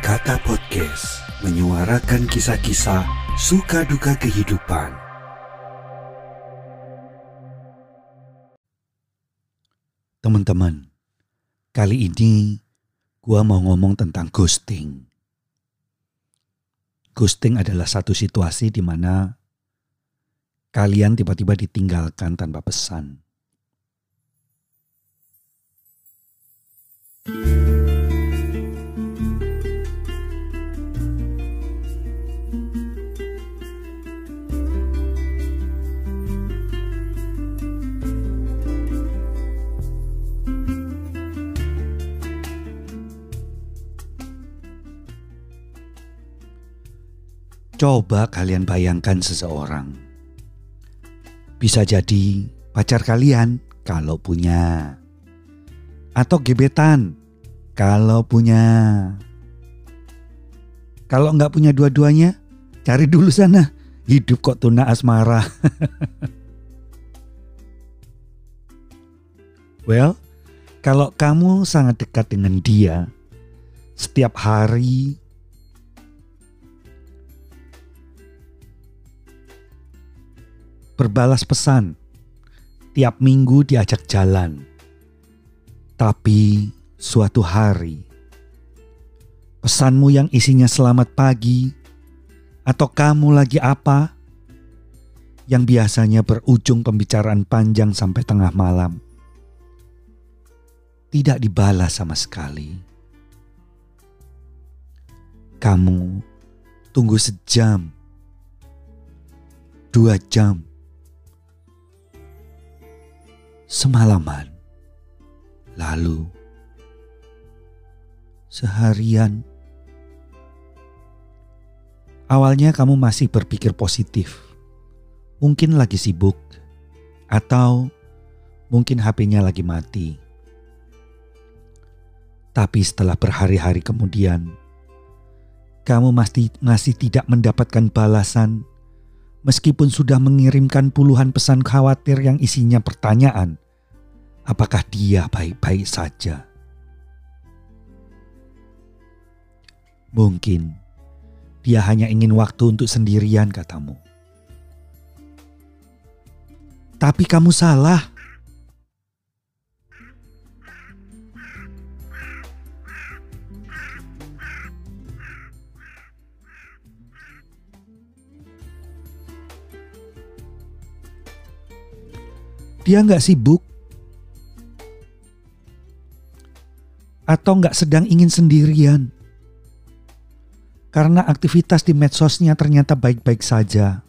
Kata Podcast menyuarakan kisah-kisah suka duka kehidupan. Teman-teman, kali ini gua mau ngomong tentang ghosting. Ghosting adalah satu situasi di mana kalian tiba-tiba ditinggalkan tanpa pesan. Coba kalian bayangkan seseorang. Bisa jadi pacar kalian kalau punya. Atau gebetan kalau punya. Kalau nggak punya dua-duanya, cari dulu sana. Hidup kok tuna asmara. Well, kalau kamu sangat dekat dengan dia, setiap hari berbalas pesan, tiap minggu diajak jalan. Tapi suatu hari, pesanmu yang isinya selamat pagi atau kamu lagi apa, yang biasanya berujung pembicaraan panjang sampai tengah malam, tidak dibalas sama sekali. Kamu tunggu sejam, 2 jam, semalaman, lalu seharian. Awalnya kamu masih berpikir positif, mungkin lagi sibuk, atau mungkin HP-nya lagi mati. Tapi setelah berhari-hari kemudian, kamu masih tidak mendapatkan balasan. Meskipun sudah mengirimkan puluhan pesan khawatir yang isinya pertanyaan, apakah dia baik-baik saja? Mungkin dia hanya ingin waktu untuk sendirian, katamu. Tapi kamu salah. Dia nggak sibuk atau nggak sedang ingin sendirian, karena aktivitas di medsosnya ternyata baik-baik saja.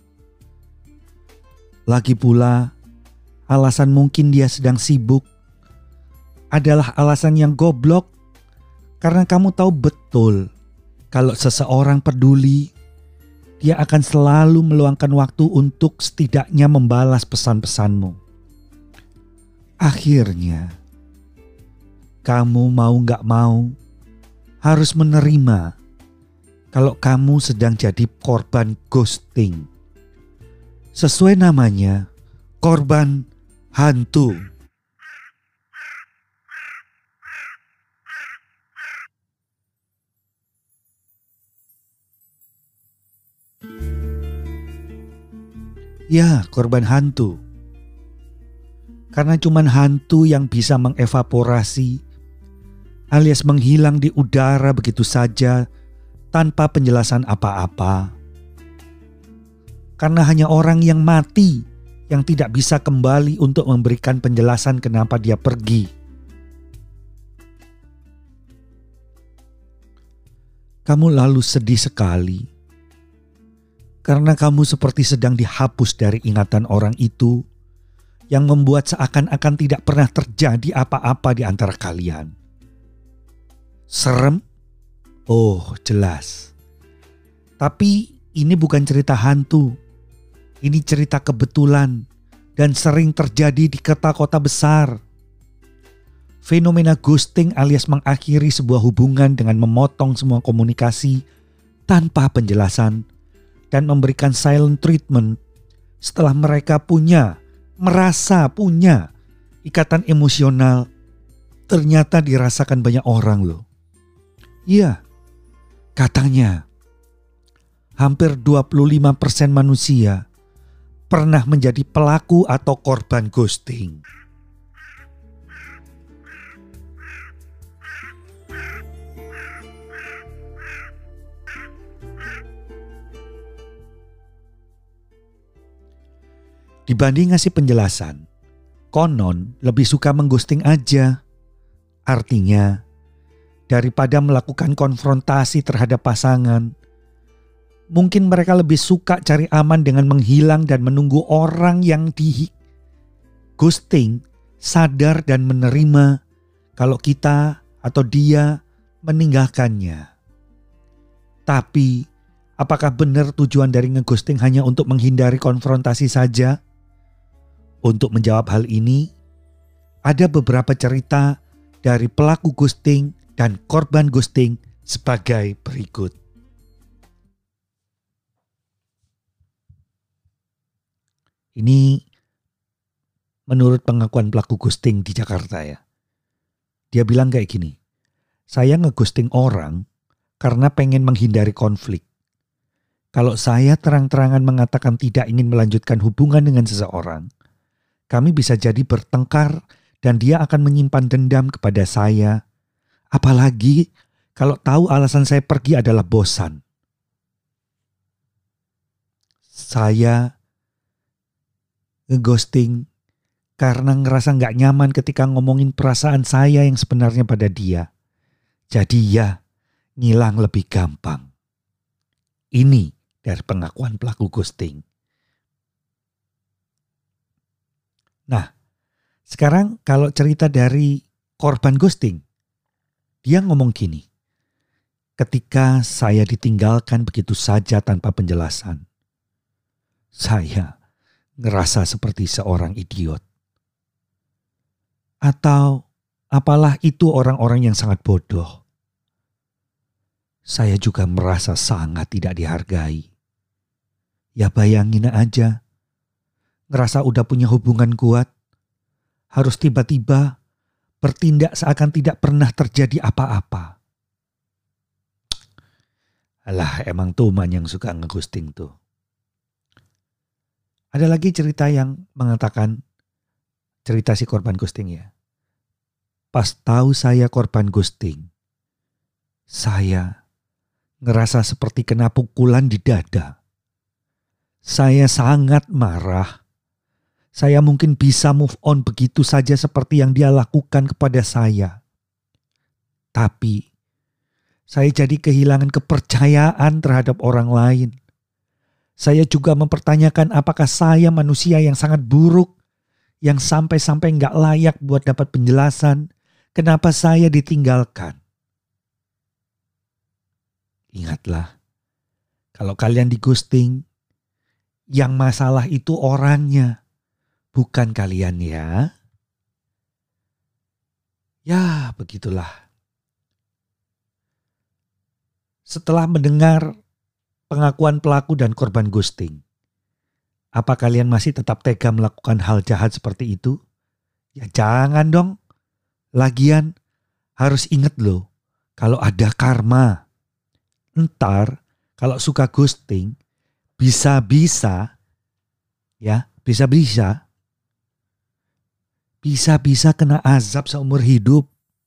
Lagi pula, alasan mungkin dia sedang sibuk adalah alasan yang goblok, karena kamu tahu betul kalau seseorang peduli, dia akan selalu meluangkan waktu untuk setidaknya membalas pesan-pesanmu. Akhirnya, kamu mau gak mau harus menerima kalau kamu sedang jadi korban ghosting. Sesuai namanya, korban hantu. Ya, korban hantu. Karena cuman hantu yang bisa mengevaporasi alias menghilang di udara begitu saja tanpa penjelasan apa-apa. Karena hanya orang yang mati yang tidak bisa kembali untuk memberikan penjelasan kenapa dia pergi. Kamu lalu sedih sekali karena kamu seperti sedang dihapus dari ingatan orang itu, yang membuat seakan-akan tidak pernah terjadi apa-apa di antara kalian. Serem? Oh, jelas. Tapi ini bukan cerita hantu. Ini cerita kebetulan dan sering terjadi di kota-kota besar. Fenomena ghosting alias mengakhiri sebuah hubungan dengan memotong semua komunikasi tanpa penjelasan dan memberikan silent treatment setelah mereka merasa punya ikatan emosional, ternyata dirasakan banyak orang loh. Iya, Katanya, hampir 25% manusia pernah menjadi pelaku atau korban ghosting. Dibanding ngasih penjelasan, konon lebih suka mengghosting aja. Artinya, daripada melakukan konfrontasi terhadap pasangan, mungkin mereka lebih suka cari aman dengan menghilang dan menunggu orang yang di ghosting sadar dan menerima kalau kita atau dia meninggalkannya. Tapi, apakah benar tujuan dari ngeghosting hanya untuk menghindari konfrontasi saja? Untuk menjawab hal ini, ada beberapa cerita dari pelaku ghosting dan korban ghosting sebagai berikut. Ini menurut pengakuan pelaku ghosting di Jakarta ya. Dia bilang kayak gini, saya ngeghosting orang karena pengen menghindari konflik. Kalau saya terang-terangan mengatakan tidak ingin melanjutkan hubungan dengan seseorang, kami bisa jadi bertengkar dan dia akan menyimpan dendam kepada saya. Apalagi kalau tahu alasan saya pergi adalah bosan. Saya ngeghosting karena ngerasa gak nyaman ketika ngomongin perasaan saya yang sebenarnya pada dia. Jadi ya, ngilang lebih gampang. Ini dari pengakuan pelaku ghosting. Nah, sekarang kalau cerita dari korban ghosting, dia ngomong gini, ketika saya ditinggalkan begitu saja tanpa penjelasan, saya ngerasa seperti seorang idiot. Atau apalah itu orang-orang yang sangat bodoh. Saya juga merasa sangat tidak dihargai. Ya bayangin aja, ngerasa udah punya hubungan kuat, harus tiba-tiba bertindak seakan tidak pernah terjadi apa-apa. Alah, emang Tuman yang suka ngeghosting tuh. Ada lagi cerita yang mengatakan, cerita si korban ghosting ya. Pas tahu saya korban ghosting, saya ngerasa seperti kena pukulan di dada. Saya sangat marah. Saya mungkin bisa move on begitu saja seperti yang dia lakukan kepada saya. Tapi, saya jadi kehilangan kepercayaan terhadap orang lain. Saya juga mempertanyakan apakah saya manusia yang sangat buruk, yang sampai-sampai gak layak buat dapat penjelasan kenapa saya ditinggalkan. Ingatlah, kalau kalian di ghosting, yang masalah itu orangnya, bukan kalian ya. Ya, begitulah. Setelah mendengar pengakuan pelaku dan korban ghosting, apa kalian masih tetap tega melakukan hal jahat seperti itu? Ya jangan dong. Lagian harus ingat loh, kalau ada karma. Ntar kalau suka ghosting, bisa-bisa kena azab seumur hidup.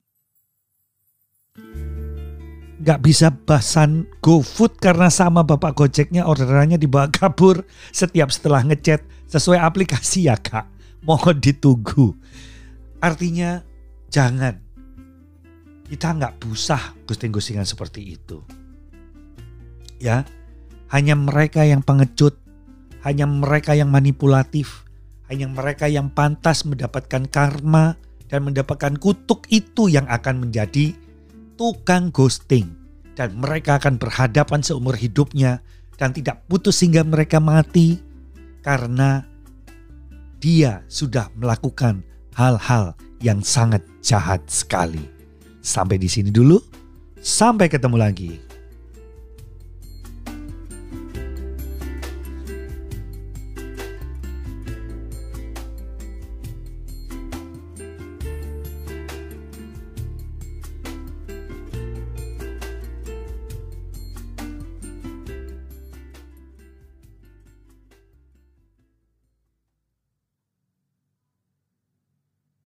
Gak bisa bahasan GoFood karena sama bapak Gojeknya orderannya dibawa kabur setiap setelah ngechat sesuai aplikasi ya kak. Mohon ditunggu. Artinya jangan. Kita gak busah ghosting-ghostingan seperti itu. Ya, hanya mereka yang pengecut, hanya mereka yang manipulatif, hanya mereka yang pantas mendapatkan karma dan mendapatkan kutuk itu yang akan menjadi tukang ghosting. Dan mereka akan berhadapan seumur hidupnya dan tidak putus hingga mereka mati karena dia sudah melakukan hal-hal yang sangat jahat sekali. Sampai di sini dulu, sampai ketemu lagi.